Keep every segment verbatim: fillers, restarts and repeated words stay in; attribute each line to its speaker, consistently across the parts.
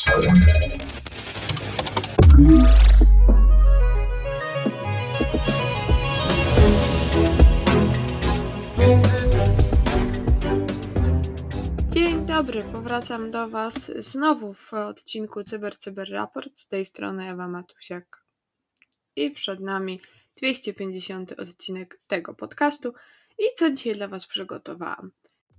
Speaker 1: Dzień dobry, powracam do Was znowu w odcinku Cyber Cyber Raport. Z tej strony Ewa Matusiak i przed nami dwieście pięćdziesiąty odcinek tego podcastu. I co dzisiaj dla Was przygotowałam?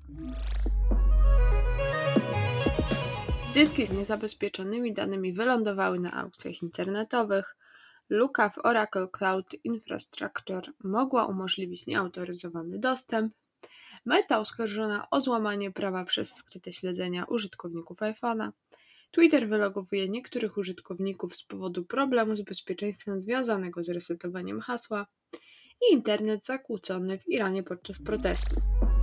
Speaker 1: Dyski z niezabezpieczonymi danymi wylądowały na aukcjach internetowych. Luka w Oracle Cloud Infrastructure mogła umożliwić nieautoryzowany dostęp. Meta oskarżona o złamanie prawa przez skryte śledzenia użytkowników iPhone'a. Twitter wylogowuje niektórych użytkowników z powodu problemu z bezpieczeństwem związanego z resetowaniem hasła. I internet zakłócony w Iranie podczas protestu.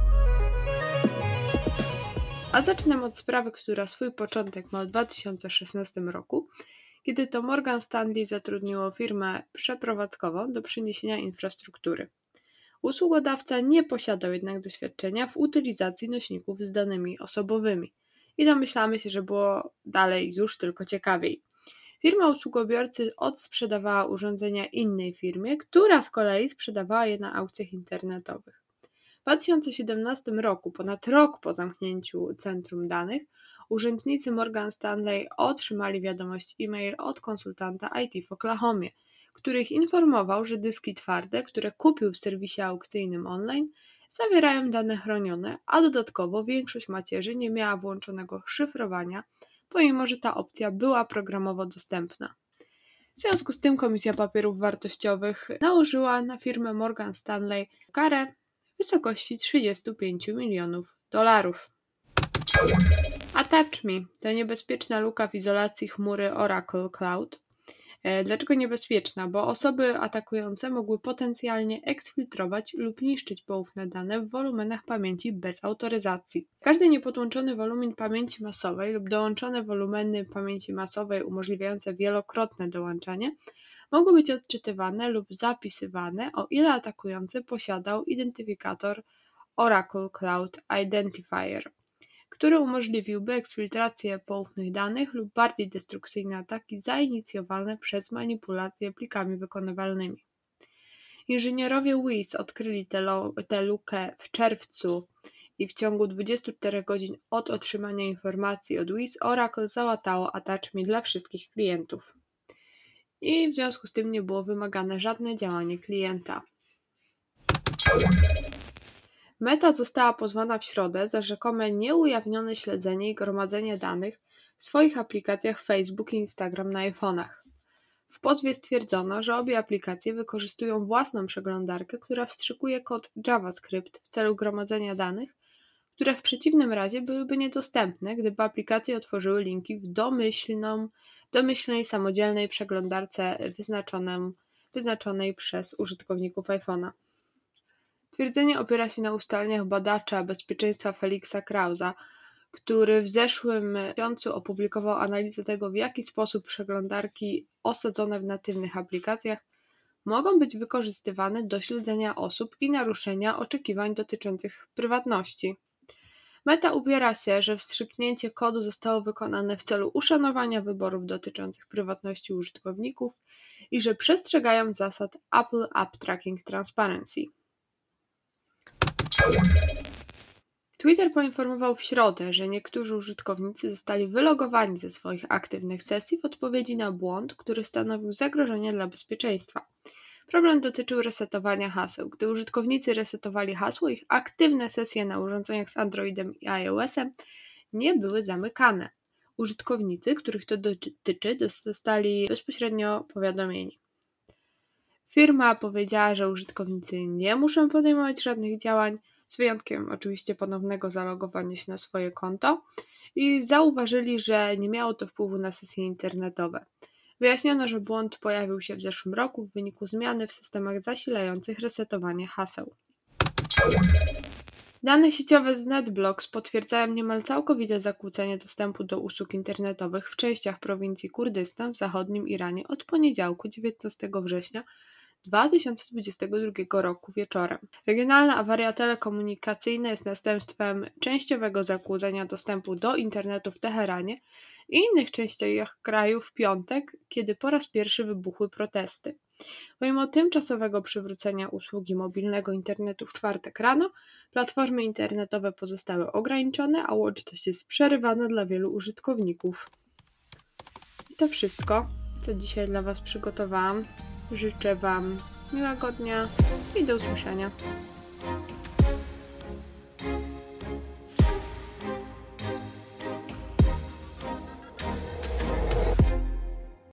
Speaker 1: A zaczynam od sprawy, która swój początek ma w dwa tysiące szesnastym roku, kiedy to Morgan Stanley zatrudniło firmę przeprowadzkową do przeniesienia infrastruktury. Usługodawca nie posiadał jednak doświadczenia w utylizacji nośników z danymi osobowymi i domyślamy się, że było dalej już tylko ciekawiej. Firma usługobiorcy odsprzedawała urządzenia innej firmie, która z kolei sprzedawała je na aukcjach internetowych. W dwa tysiące siedemnastym roku, ponad rok po zamknięciu centrum danych, urzędnicy Morgan Stanley otrzymali wiadomość e-mail od konsultanta I T w Oklahomie, który ich informował, że dyski twarde, które kupił w serwisie aukcyjnym online, zawierają dane chronione, a dodatkowo większość macierzy nie miała włączonego szyfrowania, pomimo że ta opcja była programowo dostępna. W związku z tym Komisja Papierów Wartościowych nałożyła na firmę Morgan Stanley karę w wysokości trzydzieści pięć milionów dolarów. Attach Me to niebezpieczna luka w izolacji chmury Oracle Cloud. Dlaczego niebezpieczna? Bo osoby atakujące mogły potencjalnie eksfiltrować lub niszczyć poufne dane w wolumenach pamięci bez autoryzacji. Każdy niepodłączony wolumin pamięci masowej lub dołączone wolumeny pamięci masowej umożliwiające wielokrotne dołączanie mogły być odczytywane lub zapisywane, o ile atakujący posiadał identyfikator Oracle Cloud Identifier, który umożliwiłby eksfiltrację poufnych danych lub bardziej destrukcyjne ataki zainicjowane przez manipulacje plikami wykonywalnymi. Inżynierowie Wiz odkryli tę lukę w czerwcu i w ciągu dwudziestu czterech godzin od otrzymania informacji od Wiz Oracle załatało Attach Me dla wszystkich klientów. I w związku z tym nie było wymagane żadne działanie klienta. Meta została pozwana w środę za rzekome nieujawnione śledzenie i gromadzenie danych w swoich aplikacjach Facebook i Instagram na iPhone'ach. W pozwie stwierdzono, że obie aplikacje wykorzystują własną przeglądarkę, która wstrzykuje kod JavaScript w celu gromadzenia danych, które w przeciwnym razie byłyby niedostępne, gdyby aplikacje otworzyły linki w domyślną, domyślnej samodzielnej przeglądarce wyznaczonej przez użytkowników iPhone'a. Twierdzenie opiera się na ustaleniach badacza bezpieczeństwa Felixa Krausa, który w zeszłym miesiącu opublikował analizę tego, w jaki sposób przeglądarki osadzone w natywnych aplikacjach mogą być wykorzystywane do śledzenia osób i naruszenia oczekiwań dotyczących prywatności. Meta upiera się, że wstrzyknięcie kodu zostało wykonane w celu uszanowania wyborów dotyczących prywatności użytkowników i że przestrzegają zasad Apple App Tracking Transparency. Twitter poinformował w środę, że niektórzy użytkownicy zostali wylogowani ze swoich aktywnych sesji w odpowiedzi na błąd, który stanowił zagrożenie dla bezpieczeństwa. Problem dotyczył resetowania haseł. Gdy użytkownicy resetowali hasło, ich aktywne sesje na urządzeniach z Androidem i iOS-em nie były zamykane. Użytkownicy, których to dotyczy, zostali bezpośrednio powiadomieni. Firma powiedziała, że użytkownicy nie muszą podejmować żadnych działań, z wyjątkiem oczywiście ponownego zalogowania się na swoje konto, i zauważyli, że nie miało to wpływu na sesje internetowe. Wyjaśniono, że błąd pojawił się w zeszłym roku w wyniku zmiany w systemach zasilających resetowanie haseł. Dane sieciowe z NetBlocks potwierdzają niemal całkowite zakłócenie dostępu do usług internetowych w częściach prowincji Kurdystan w zachodnim Iranie od poniedziałku dziewiętnastego września dwa tysiące dwudziestego drugiego roku wieczorem. Regionalna awaria telekomunikacyjna jest następstwem częściowego zakłócenia dostępu do internetu w Teheranie i innych częściach kraju w piątek, kiedy po raz pierwszy wybuchły protesty. Pomimo tymczasowego przywrócenia usługi mobilnego internetu w czwartek rano, platformy internetowe pozostały ograniczone, a łączność jest przerywana dla wielu użytkowników. I to wszystko, co dzisiaj dla Was przygotowałam. Życzę Wam miłego dnia i do usłyszenia.